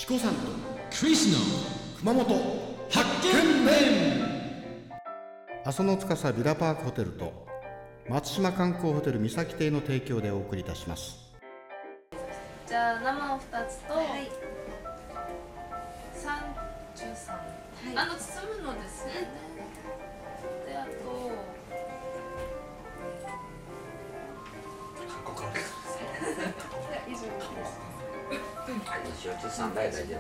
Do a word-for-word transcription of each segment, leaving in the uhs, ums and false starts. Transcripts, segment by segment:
チコさんとクリスの熊本発見面。阿蘇の司ビラパークホテルと松島観光ホテル三崎邸の提供でお送りいたします。 じゃあ生をふたつと、はい、さんじゅうさん、はい、あの包むのですよね。で、あと韓国のです以上です。 焼酎三杯大丈夫ね。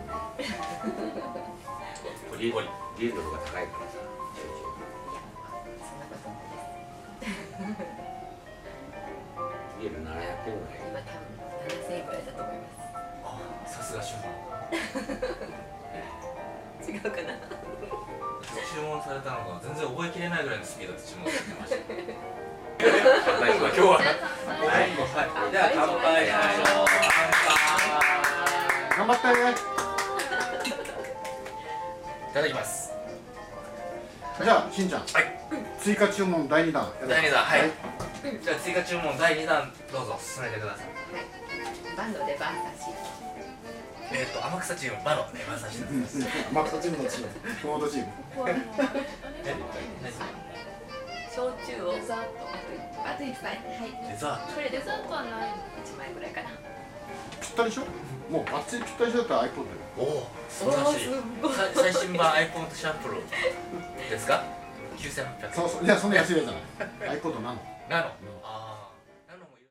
リーリードが高いからさ、焼酎。 そんなことないです。 ビールななひゃくえんぐらい。 今多分ななせんえんぐらいだと思います。 あ、さすが主婦。 違うかな。 注文されたのが全然覚えきれないぐらいのスピードで注文されてました。今日は。はい。じゃあ乾杯しましょう。 頑張ってね。 いただきます。 じゃあしんちゃん、はい、追加注文だいにだん。 だいにだん、はい、はい、じゃあ追加注文だいにだんどうぞ進めてください。 はい、バンドでバンサシ。 えっと天草チームバのレバンサシです。 天草チームのチーム、熊本チーム。 え、 焼酎をデザート、あといっぱい。はい。 デザート。 これデザートはないの？いちまいぐらいかな。 ぴったりでしょ？もうバッチリぴったりしだったら iPod よ。 おお、素晴らしい。最新版 iPod シャンプルですか？きゅうせんはっぴゃくえん。 そうそう、いやそんな安いやつじゃない。iPod なの。 なの。ああ。